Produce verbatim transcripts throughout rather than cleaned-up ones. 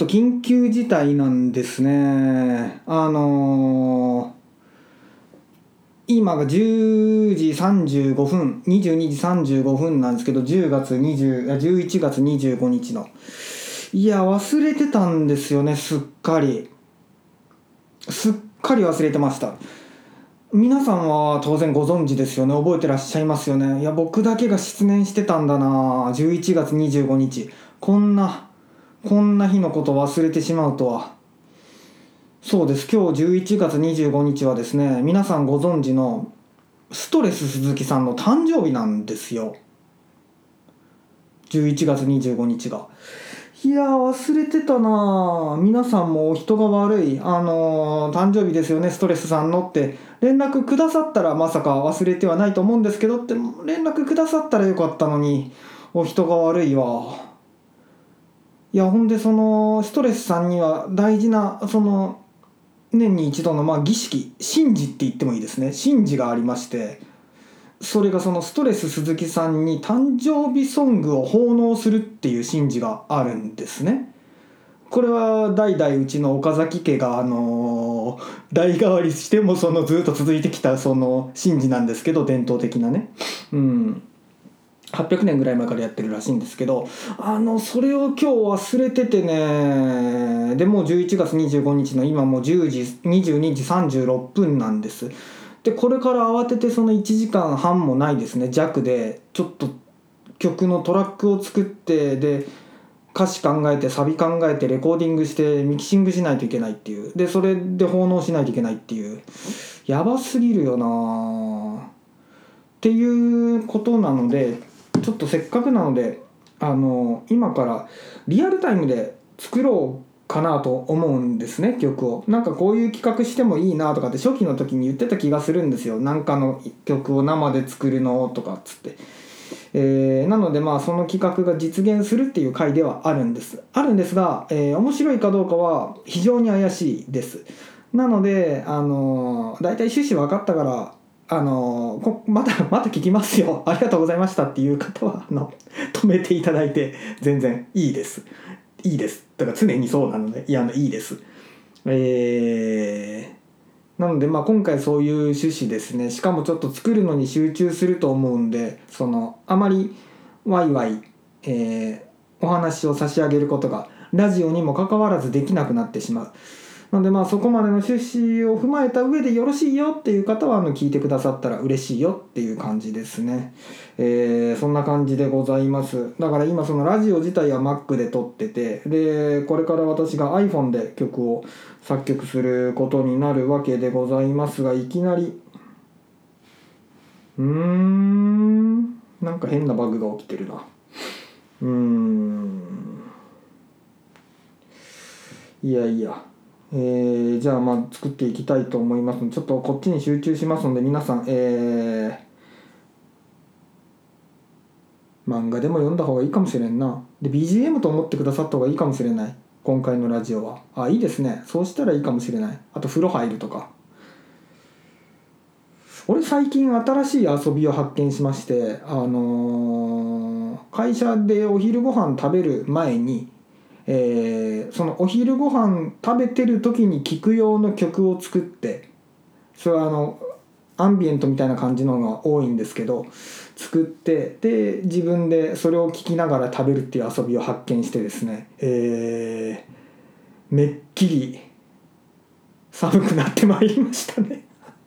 と緊急事態なんですね。あのー今がじゅうじさんじゅうごふん、にじゅうにじさんじゅうごふんなんですけど、じゅうがつにじゅう、じゅういちがつにじゅうごにちの。いや、忘れてたんですよね、すっかり。すっかり忘れてました。皆さんは当然ご存知ですよね。覚えてらっしゃいますよね。いや、僕だけが失念してたんだな。じゅういちがつにじゅうごにち。こんな、こんな日のことを忘れてしまうとは。そうです。今日じゅういちがつにじゅうごにちはですね、皆さんご存知のストレス鈴木さんの誕生日なんですよ。じゅういちがつにじゅうごにちが。いやー、忘れてたな。皆さんもお人が悪い。あのー、誕生日ですよね、ストレスさんのって連絡くださったら、まさか忘れてはないと思うんですけどって、連絡くださったらよかったのに、お人が悪いわ。いや、ほんでそのストレスさんには大事な、その年に一度のまあ儀式、神事って言ってもいいですね。神事がありまして、それがそのストレス鈴木さんに誕生日ソングを奉納するっていう神事があるんですね。これは代々うちの岡崎家があのー代替わりしてもそのずっと続いてきたその神事なんですけど、伝統的なね、うんはっぴゃくねんぐらい前からやってるらしいんですけど、あのそれを今日忘れててね。でもうじゅういちがつにじゅうごにちの今もうじゅうじにじゅうにじさんじゅうろっぷんなんです。でこれから慌ててそのいちじかんはんもないですね、弱でちょっと曲のトラックを作って、で歌詞考えてサビ考えてレコーディングしてミキシングしないといけないっていう、でそれで奉納しないといけないっていう、やばすぎるよなっていうことなので、ちょっとせっかくなのであの今からリアルタイムで作ろうかなと思うんですね、曲を。なんかこういう企画してもいいなとかって初期の時に言ってた気がするんですよ。なんかの曲を生で作るのとかっつって、えー、なのでまあその企画が実現するっていう回ではあるんですあるんですが、えー、面白いかどうかは非常に怪しいです。なのであのー、だいたい趣旨分かったからあのー、こまたまた聞きますよ、ありがとうございましたっていう方はあの止めていただいて全然いいですいいですだから常にそうなので、いやあのいいです。えー、なのでまあ今回そういう趣旨ですね。しかもちょっと作るのに集中すると思うんで、そのあまりワイワイ、えー、お話を差し上げることがラジオにもかかわらずできなくなってしまう。なのでまあそこまでの趣旨を踏まえた上でよろしいよっていう方はあの聞いてくださったら嬉しいよっていう感じですね。えー、そんな感じでございます。だから今そのラジオ自体は Mac で撮ってて、でこれから私が iPhone で曲を作曲することになるわけでございますが、いきなりうーんなんか変なバグが起きてるな。うーんいやいやえー、じゃあまあ作っていきたいと思いますので、ちょっとこっちに集中しますので皆さん、えー、漫画でも読んだ方がいいかもしれんな。で ビージーエム と思ってくださった方がいいかもしれない、今回のラジオは。あ、いいですね、そうしたらいいかもしれない。あと風呂入るとか。俺最近新しい遊びを発見しまして、あのー、会社でお昼ご飯食べる前に、えー、そのお昼ご飯食べてる時に聴く用の曲を作って、それはあのアンビエントみたいな感じのが多いんですけど、作って、で自分でそれを聴きながら食べるっていう遊びを発見してですね、えー、めっきり寒くなってまいりましたね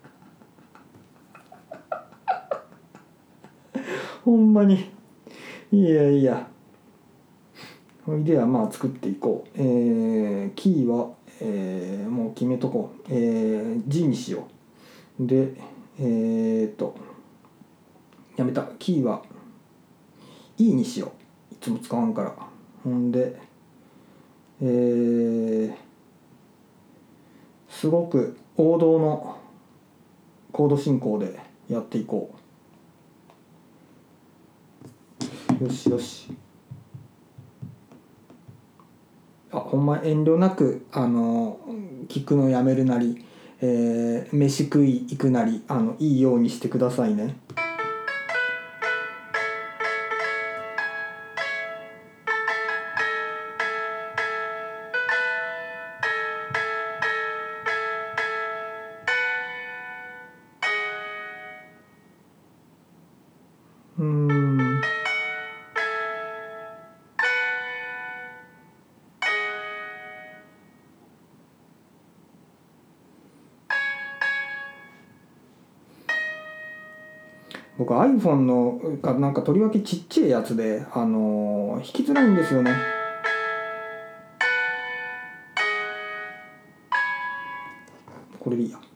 ほんまに。いやいや、それではまあ作っていこう。えー、キーは、えー、もう決めとこう。えー、G にしよう。で、えーっと、やめた。キーは E にしよう。いつも使わんから。ほんで、えー、すごく王道のコード進行でやっていこう。よしよし。あ、ほんま遠慮なくあの聞くのやめるなり、えー、飯食い行くなり、あのいいようにしてくださいね。 僕 iPhone のがなんかとりわけちっちゃいやつで、あのー、弾きづらいんですよね。これでいいや。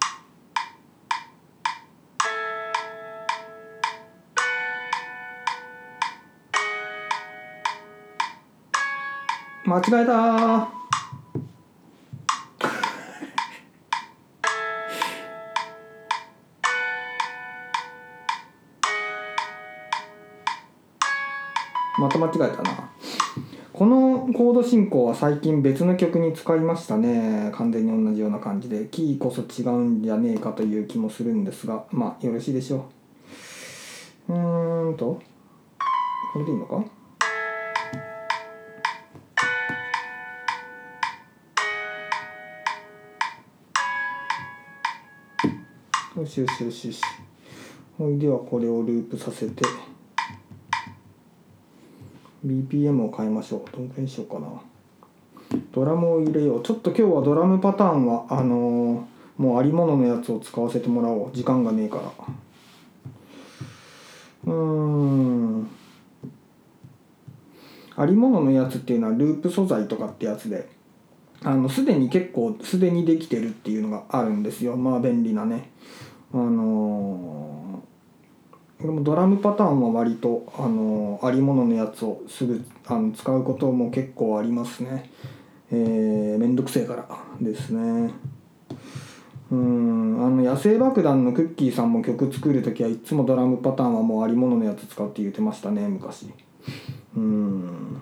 間違えたーまた間違えたな。このコード進行は最近別の曲に使いましたね。完全に同じような感じで、キーこそ違うんじゃねえかという気もするんですが、まあよろしいでしょう。うーんとこれでいいのか。よしよしよしよし。ほいではこれをループさせて ビーピーエム を変えましょう。どんくらいにしようかな。ドラムを入れよう。ちょっと今日はドラムパターンはあのー、もうありもののやつを使わせてもらおう。時間がねえから。うーんありもののやつっていうのはループ素材とかってやつで、あのすでに結構すでにできてるっていうのがあるんですよ。まあ便利なね。あのー、でもドラムパターンは割と、あのー、ありもののやつをすぐあの使うことも結構ありますね。えー、めんどくせえからですね。うーんあの野生爆弾のクッキーさんも曲作るときはいつもドラムパターンはもうありもののやつ使うって言ってましたね、昔。うーん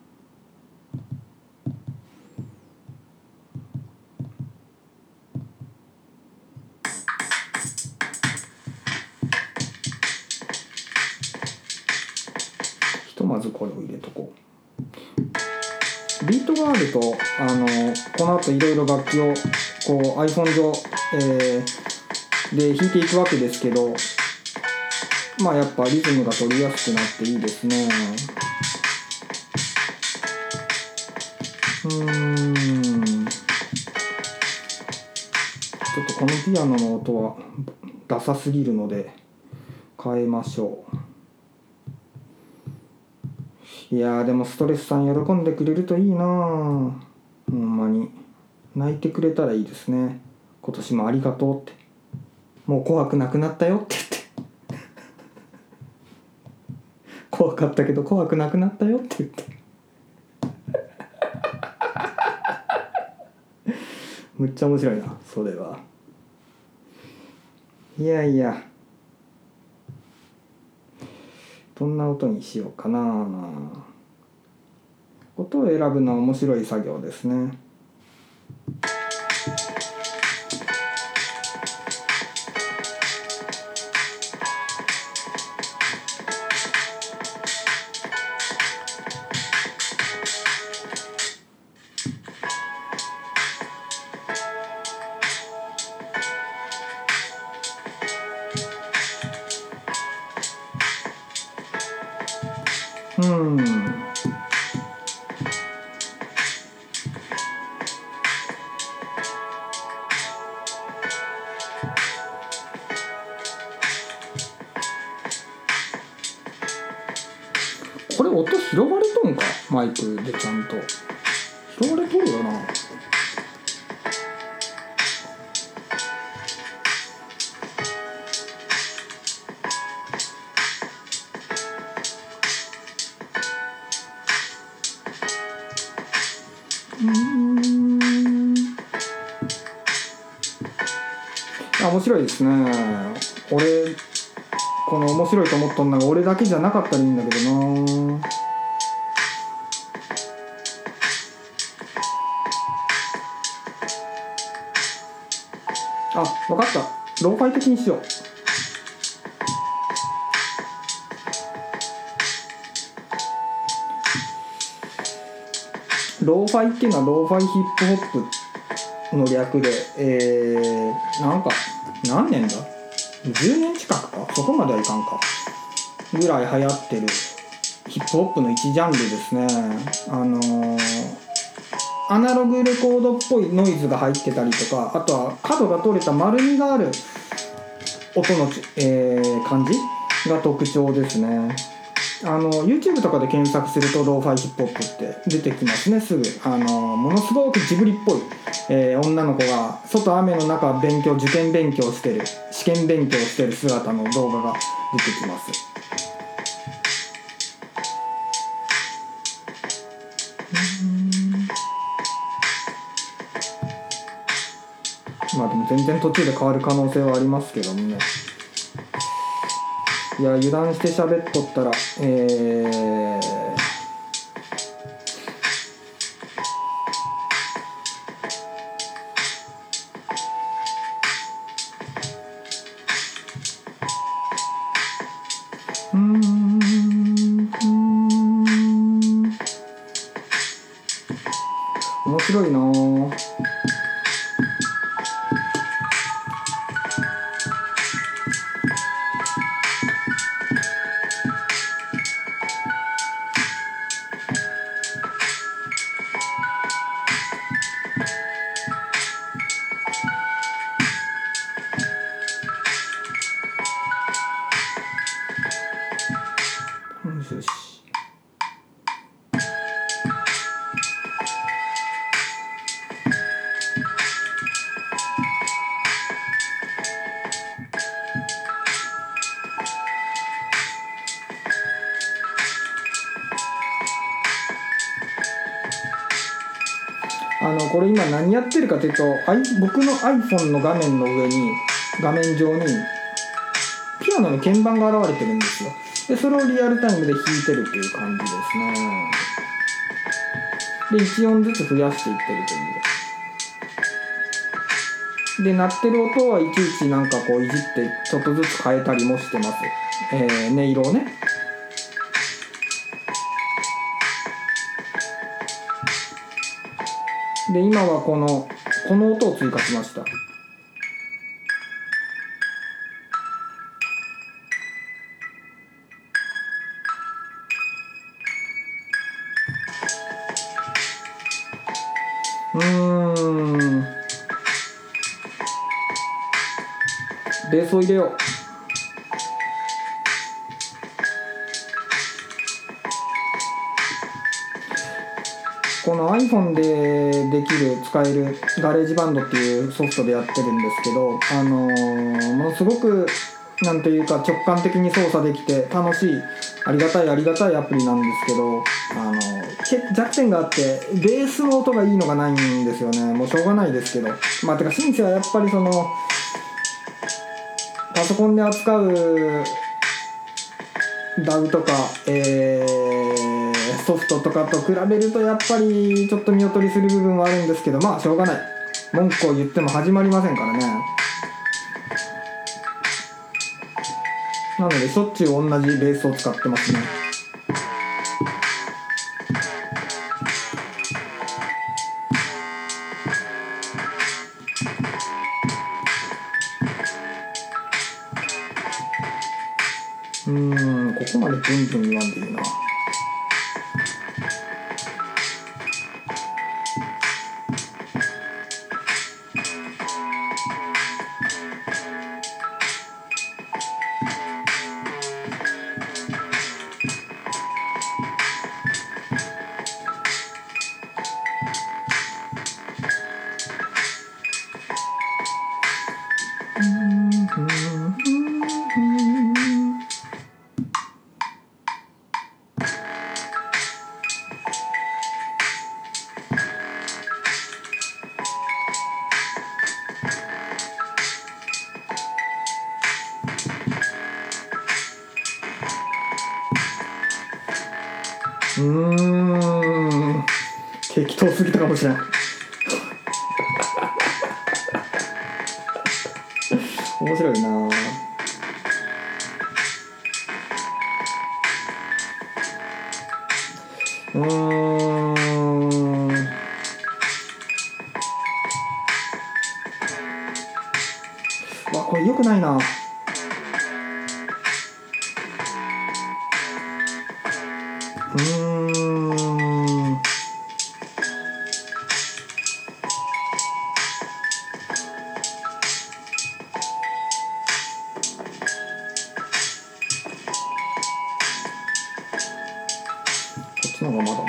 ひとまずこれを入れとこう。ビートがあるとあのこの後いろいろ楽器をこう iPhone 上、えー、で弾いていくわけですけど、まあやっぱリズムが取りやすくなっていいですね。うーんちょっとこのピアノの音はダサすぎるので変えましょう。いやーでもストレスさん喜んでくれるといいなぁ。ほんまに泣いてくれたらいいですね。今年もありがとうって、もう怖くなくなったよって言って怖かったけど怖くなくなったよって言ってむっちゃ面白いなそれは。いやいやどんな音にしようかな。音を選ぶのは面白い作業ですね。うんこれ音拾われとんか、マイクでちゃんと拾われとるよな。うんあ面白いですね。俺この面白いと思ったのが俺だけじゃなかったらいいんだけどな。あ、分かった。ローファイ的にしよう。ローファイっていうのはローファイヒップホップの略で、えー、なんか何年だじゅうねん近くか、そこまではいかんかぐらい流行ってるヒップホップの一ジャンルですね。あのー、アナログレコードっぽいノイズが入ってたりとか、あとは角が取れた丸みがある音の、えー、感じが特徴ですね。あの YouTube とかで検索するとローファイヒップホップって出てきますね、すぐ。あのものすごくジブリっぽい、えー、女の子が外雨の中勉強受験勉強してる試験勉強してる姿の動画が出てきます。まあでも全然途中で変わる可能性はありますけどもね。いや油断して喋っとったらえーうーん面白いなぁ。よし。あのこれ今何やってるかというと、僕の iPhone の画面の上に画面上にピアノの鍵盤が現れてるんですよ。でそれをリアルタイムで弾いてるという感じですね。でいち音ずつ増やしていってるという。で鳴ってる音はいちいちなんかこういじってちょっとずつ変えたりもしてます、えー、音色をね。で今はこのこの音を追加しました。うーんベースを入れよう。この iPhone でできる使えるガレージバンドっていうソフトでやってるんですけど、あのー、ものすごくなんというか直感的に操作できて楽しいありがたいありがたいアプリなんですけど、あのー、弱点があってベースの音がいいのがないんですよね。もうしょうがないですけど、まあてかシンセはやっぱりそのパソコンで扱う ダウ とか、えー、ソフトとかと比べるとやっぱりちょっと見劣りする部分はあるんですけど、まあしょうがない。文句を言っても始まりませんからね。なのでしょっちゅう同じベースを使ってますね。うーんここまでブンブン言わんでいいな。うーん適当すぎたかもしれない面白いな。うーんわこれ良くないな。うーんのがまだマシ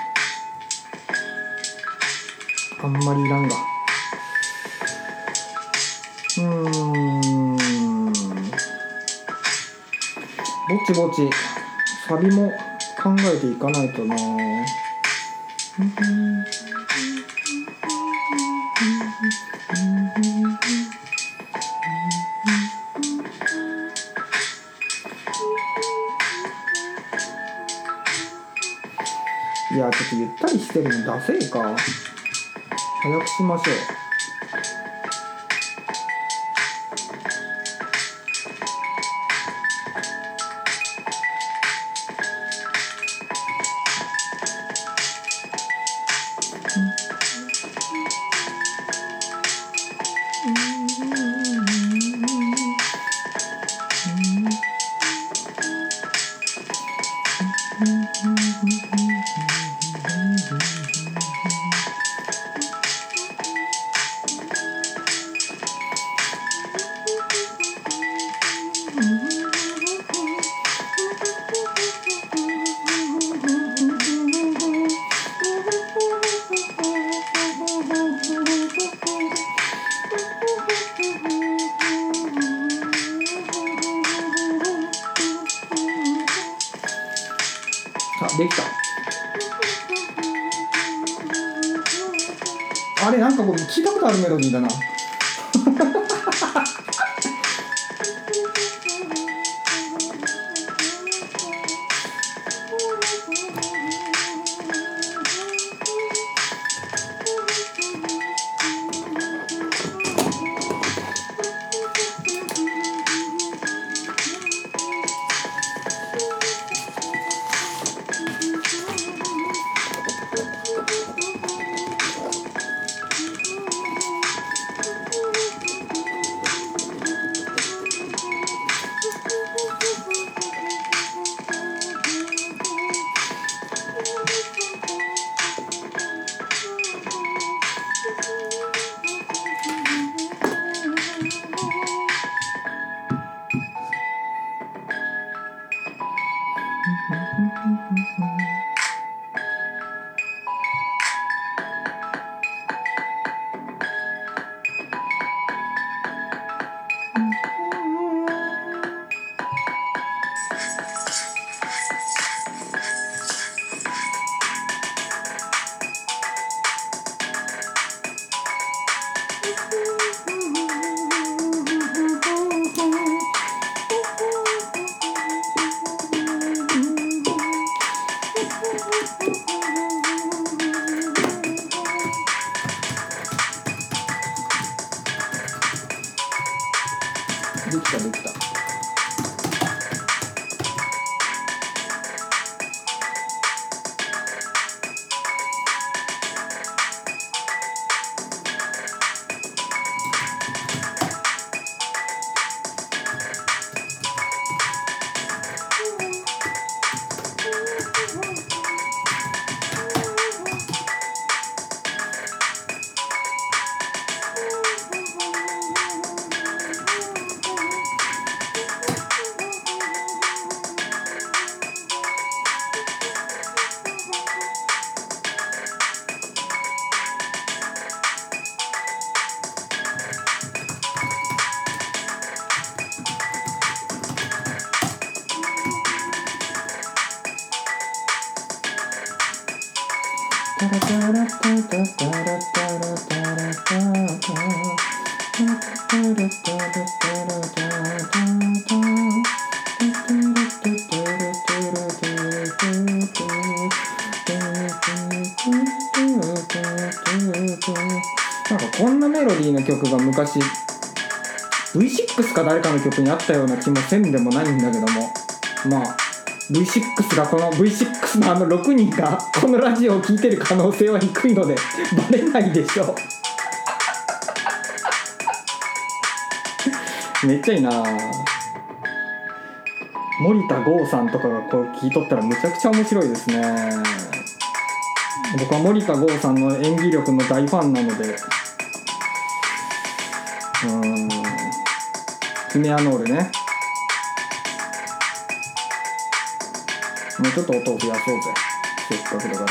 かな。あんまりいらんが。うーんぼちぼちサビも考えていかないとな。いやちょっとゆったりしてるのダセえか。早くしましょう。あ、できた。あれなんかこれ聞いたことあるメロディーだな。できたできた。なんかこんなメロディーの曲が昔 ブイシックス か誰かの曲にあったような気もせんでもないんだけども、まあ ブイシックス がこの ブイシックス のあのろくにんがこのラジオを聴いてる可能性は低いのでバレないでしょうめっちゃいいな。森田剛さんとかがこう聴いとったらむちゃくちゃ面白いですね。僕は森田剛さんの演技力の大ファンなので、うーんヒメアノールね。もうちょっと音を増やそうぜ。 せっかくだから。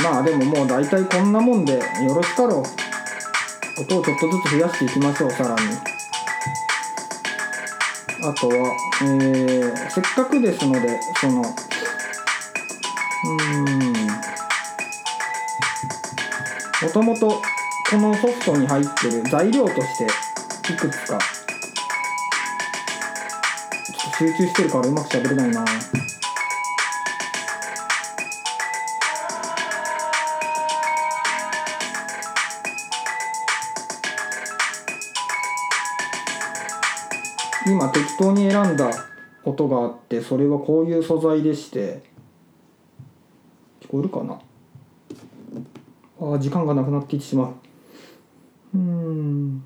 まあでももう大体こんなもんでよろしかろう。音をちょっとずつ増やしていきましょう。さらにあとは、えー、せっかくですのでそのうーんもともとこのソフトに入ってる材料としていくつかちょっと集中してるからうまく喋れないな。今適当に選んだ音があって、それはこういう素材でして、聞こえるかな。ああ、時間がなくなっていってしまう。うーん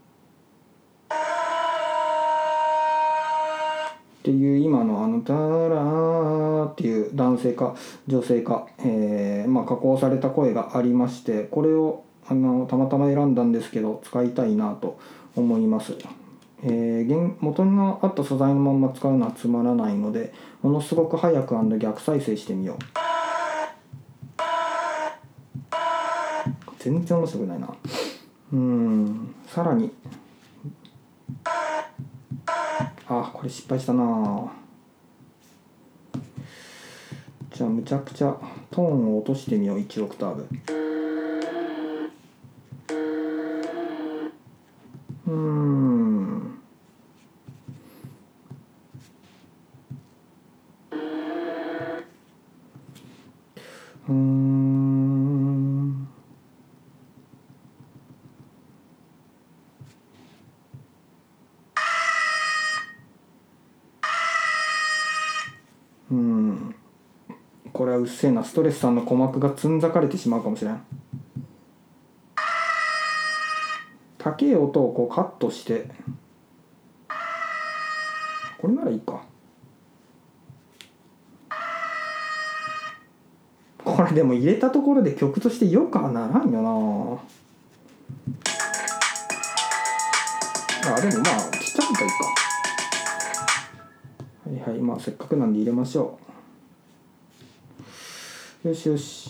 っていう今のあのタラーっていう男性か女性か、えー、まあ加工された声がありまして、これをあのたまたま選んだんですけど使いたいなと思います。えー、原元のあった素材のまま使うのはつまらないので、ものすごく早く逆再生してみよう。全然面白くないな。うーんさらにあこれ失敗したな。じゃあむちゃくちゃトーンを落としてみよう。いちオクターブ。うーんうーんうーんこれはうっせえな。ストレスさんの鼓膜がつんざかれてしまうかもしれん。高い音をこうカットして、これならいいか。これでも入れたところで曲としてよくはならんよな。あでもまあちっちゃかったらいいか。はいはい、まあせっかくなんで入れましょう。よしよし。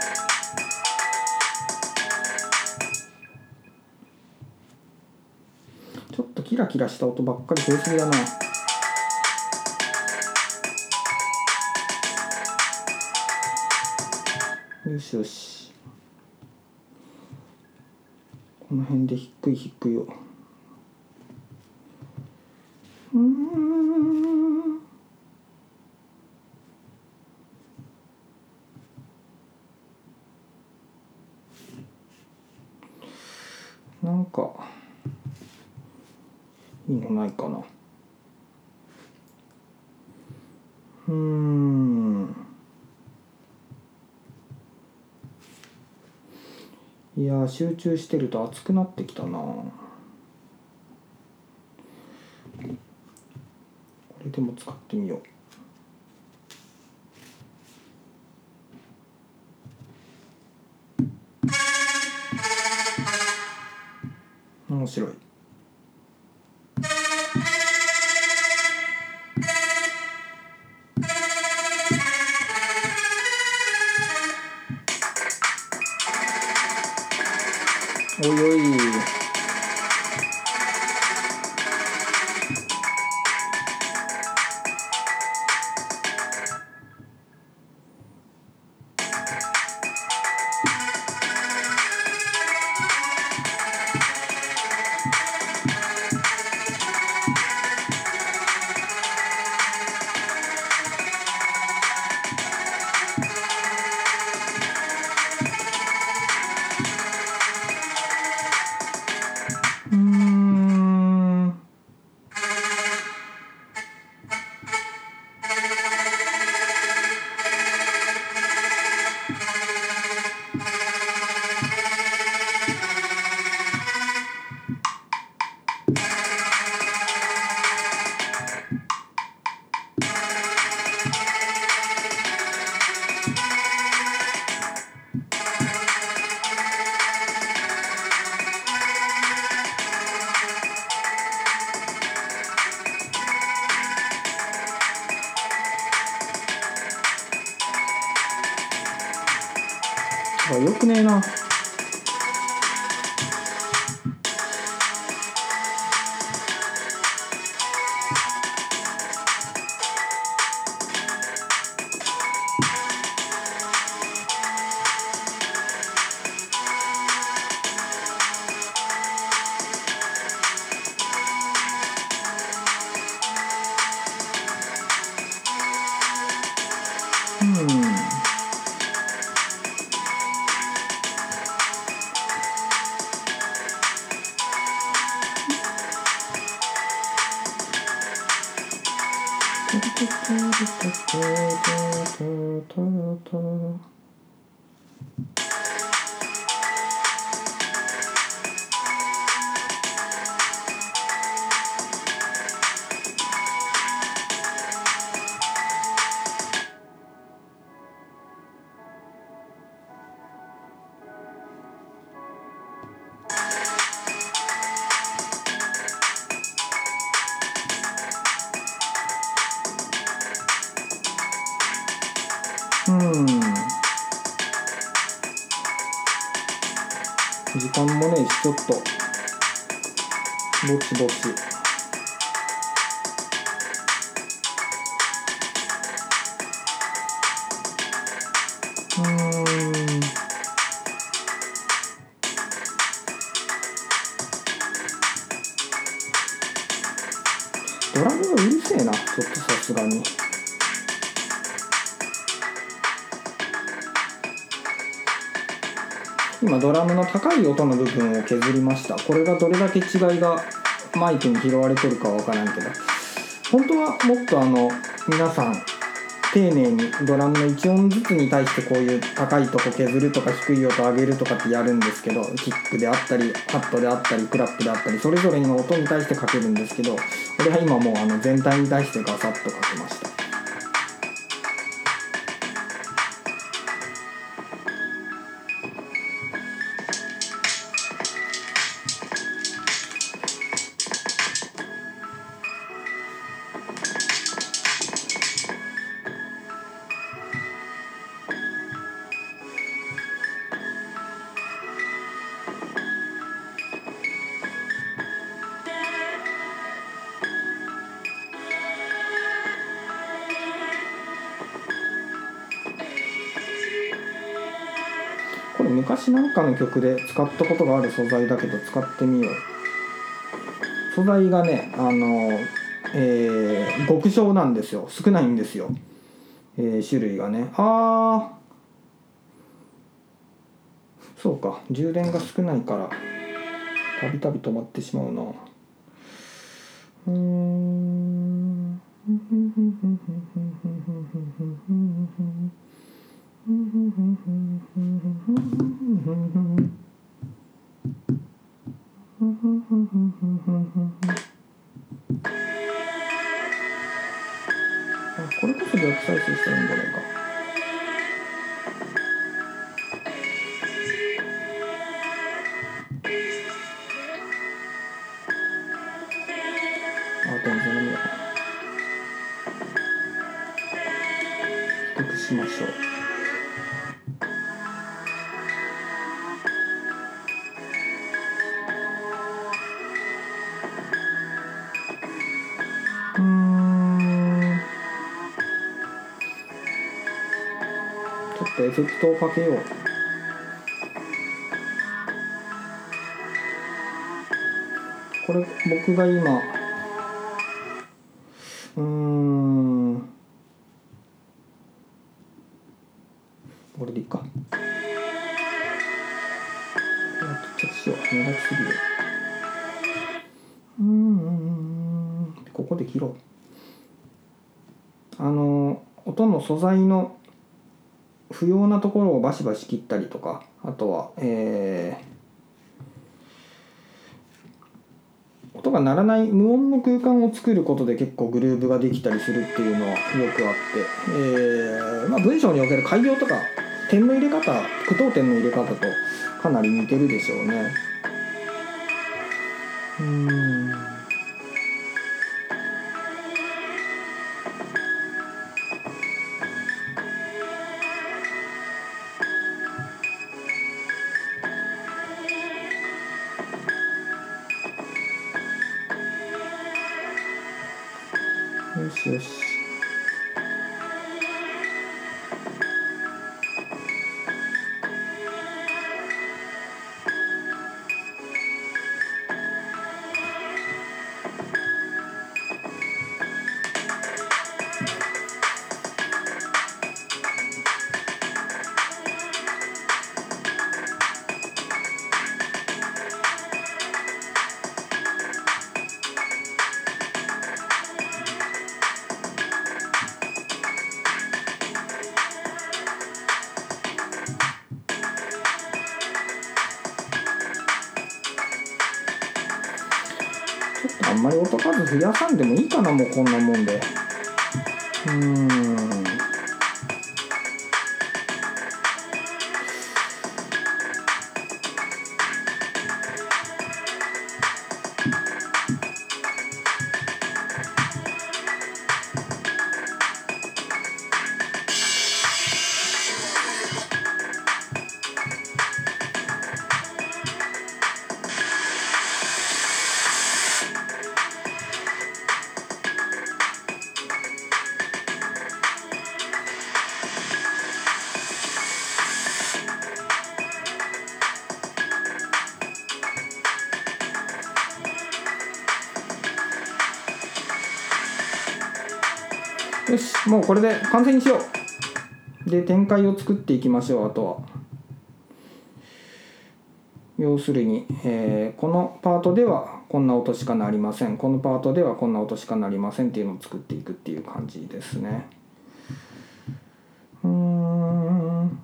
ちょっとキラキラした音ばっかり増えすぎだな。よしよし。この辺で低い低いを。うーん。なんかいいのないかな。うーん。いや集中してると熱くなってきたな。これでも使ってみよう。面白い。おいおい。 あ、よくねえな。うん。うん。時間もねえし、ちょっとぼちぼち。うーん。ドラムがうるせえな、ちょっとさすがに。今ドラムの高い音の部分を削りました。これがどれだけ違いがマイクに拾われてるかわからんけど、本当はもっとあの皆さん丁寧にドラムのいち音ずつに対してこういう高いとこ削るとか低い音上げるとかってやるんですけど、キックであったりハットであったりクラップであったりそれぞれの音に対してかけるんですけど、俺は今もうあの全体に対してガサッとかけました。これ昔なんかの曲で使ったことがある素材だけど使ってみよう。素材がね、あの、えー、極小なんですよ。少ないんですよ。えー、種類がね。あー、そうか。充電が少ないから、たびたび止まってしまうな。うーん。あ、これこそ逆再生したらいいんじゃないか。あ、でもそのみだ。低くしましょう。うーん。ちょっとエフェクトをかけよう。これ僕が今うーんこれでいいか。これちっちゃくしよう。目立ちすぎる。うーんここで切ろう。あの音の素材の不要なところをバシバシ切ったりとか、あとはえー、音が鳴らない無音の空間を作ることで結構グルーヴができたりするっていうのはよくあって、えーまあ、文章における改行とか点の入れ方、句読点の入れ方とかなり似てるでしょうね。うーんよしよし。あんまり音数増やさんでもいいかな、もうこんなもんで。うーん。よし、もうこれで完成にしよう。で、展開を作っていきましょう。あとは要するに、えー、このパートではこんな音しかなりません、このパートではこんな音しかなりませんっていうのを作っていくっていう感じですね。うーん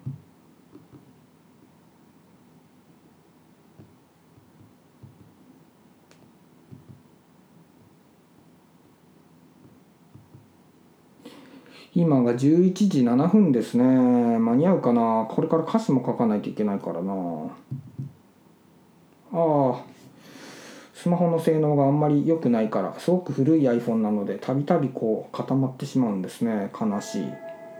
今がじゅういちじななふんですね。間に合うかな。これから歌詞も書かないといけないからな。ああ、スマホの性能があんまり良くないから、すごく古い iPhone なのでたびたびこう固まってしまうんですね。悲しい。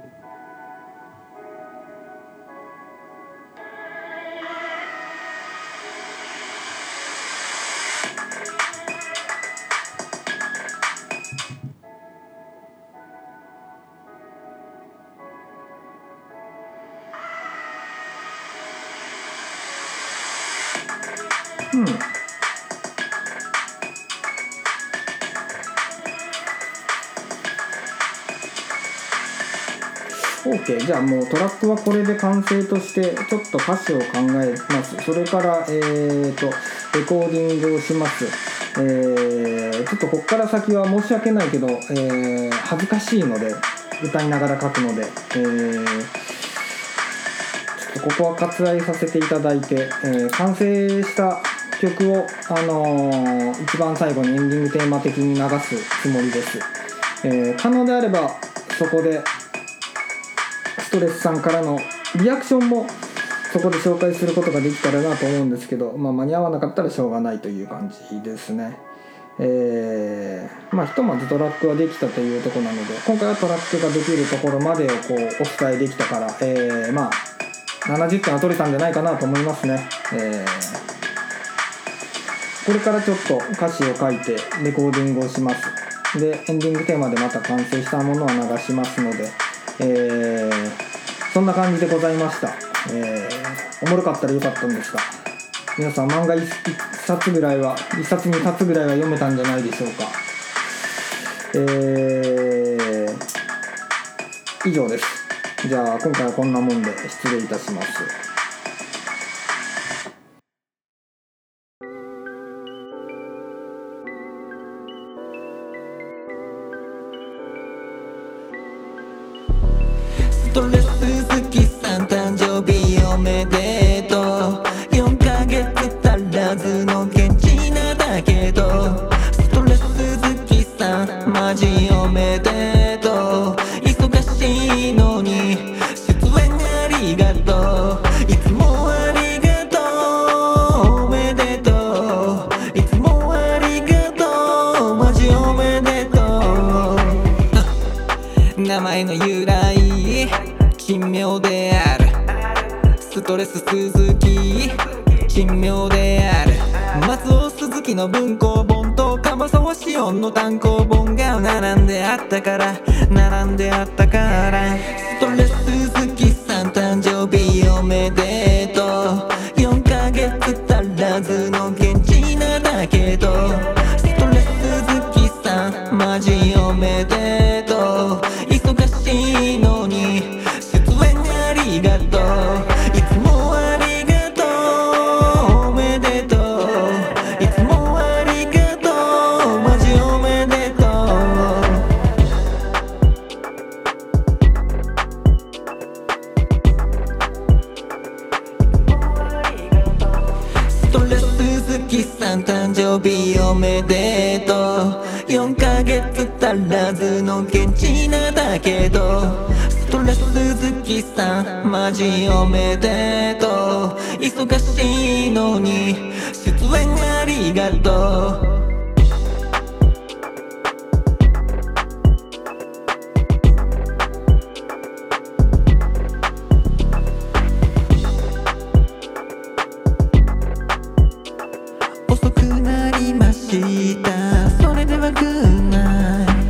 うん。OK、 じゃあもうトラックはこれで完成として、ちょっと歌詞を考えます。それからえーとレコーディングをします。えー、ちょっとこっから先は申し訳ないけど、えー、恥ずかしいので歌いながら書くので、えー、ちょっとここは割愛させていただいて、えー、完成した曲を、あのー、一番最後にエンディングテーマ的に流すつもりです。えー、可能であればそこでストレスさんからのリアクションもそこで紹介することができたらなと思うんですけど、まあ、間に合わなかったらしょうがないという感じですね。えー、まあひとまずトラックはできたというところなので、今回はトラックができるところまでをこうお伝えできたから、えー、まあななじゅってんは取れたんじゃないかなと思いますね。えー、これからちょっと歌詞を書いてレコーディングをします。でエンディングテーマでまた完成したものを流しますので、えー、そんな感じでございました。えー、おもろかったらよかったんですが、皆さん漫画 1, 1冊ぐらいはいっさつにさつぐらいは読めたんじゃないでしょうか。えー、以上です。じゃあ今回はこんなもんで失礼いたします。 ストレス好きさん誕生日おめでとう。よんかげつ足らずのケチなだけど、ストレス好きさんマジおめでとう。忙しいのに出演ありがとう。いつもありがとう。おめでとう。いつもありがとう。マジおめでとう。名前の由来奇妙である。ストレス鈴木奇妙である。松尾鈴木の文庫本とか玉沢シオンの単行本が並んであったから並んであったからストレス好きさん誕生日おめでとうよんかげつ足らずのケチなだけどストレス好きさんマジおめでとう忙しいのに出演ありがとういつもありがとうおめでとういつもありがとうマジおめでとうストレス好きさん誕生日おめでとうよんかげつ足らずのケチなだけどストレス好きさんマジおめでとう忙しいのに出演ありがとう遅くなりましたそれではグッナイ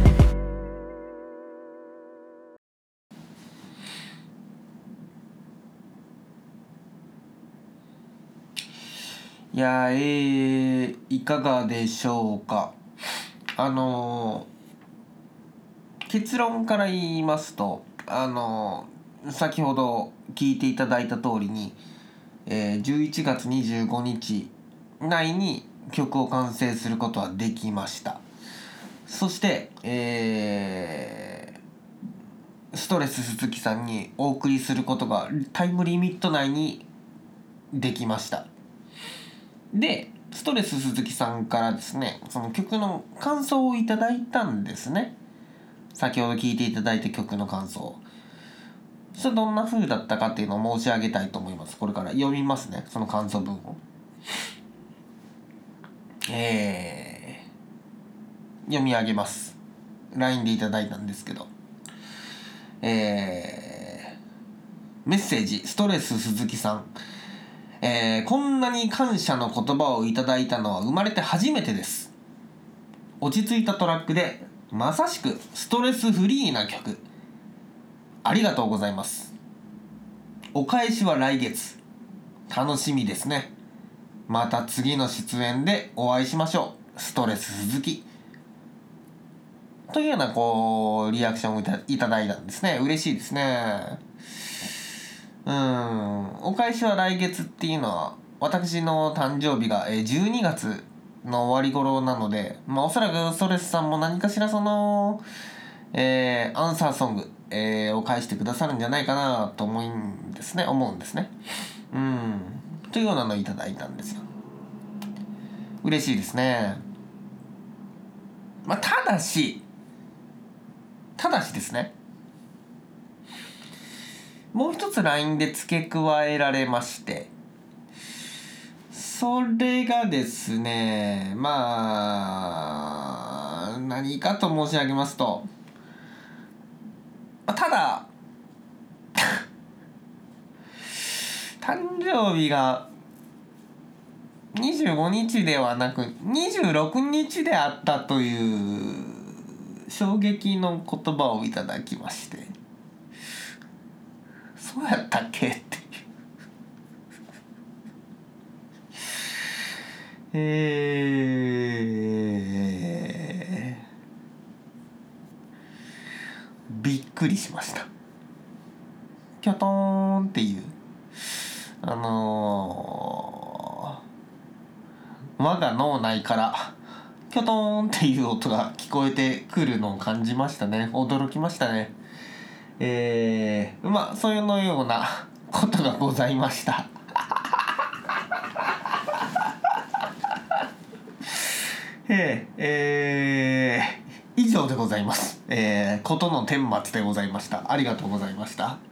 いやー、えー、いかがでしょうか。あのー、結論から言いますと、あのー、先ほど聞いていただいた通りに、えー、じゅういちがつにじゅうごにち内に曲を完成することはできました。そして、えー、ストレス鈴木さんにお送りすることがタイムリミット内にできました。で、ストレス鈴木さんからですね、その曲の感想をいただいたんですね。先ほど聴いていただいた曲の感想。それどんな風だったかっていうのを申し上げたいと思います。これから読みますね、その感想文を。えー、読み上げます。ライン でいただいたんですけど。えー、メッセージ、ストレス鈴木さん。えー、こんなに感謝の言葉をいただいたのは生まれて初めてです。落ち着いたトラックでまさしくストレスフリーな曲、ありがとうございます。お返しは来月、楽しみですね。また次の出演でお会いしましょう。ストレス鈴木というようなこうリアクションをい た, いただいたんですね。嬉しいですね。うーん、お返しは来月っていうのは私の誕生日がじゅうにがつの終わり頃なので、まあおそらくストレスさんも何かしらその、えー、アンサーソング、えー、を返してくださるんじゃないかなと思うんですね思うんですねうんというようなのをいただいたんですよ。嬉しいですね。まあただしただしですね、もう一つ ライン で付け加えられまして、それがですね、まあ何かと申し上げますと、ただ誕生日がにじゅうごにちではなくにじゅうろくにちであったという衝撃の言葉をいただきまして、そうやったっけっていうえー、びっくりしました。キョトーンっていうあのー、我が脳内からキョトーンっていう音が聞こえてくるのを感じましたね。驚きましたね。えー、まあそういうのようなことがございましたえー、えー、以上でございます。えー、ことの顛末でございました。ありがとうございました。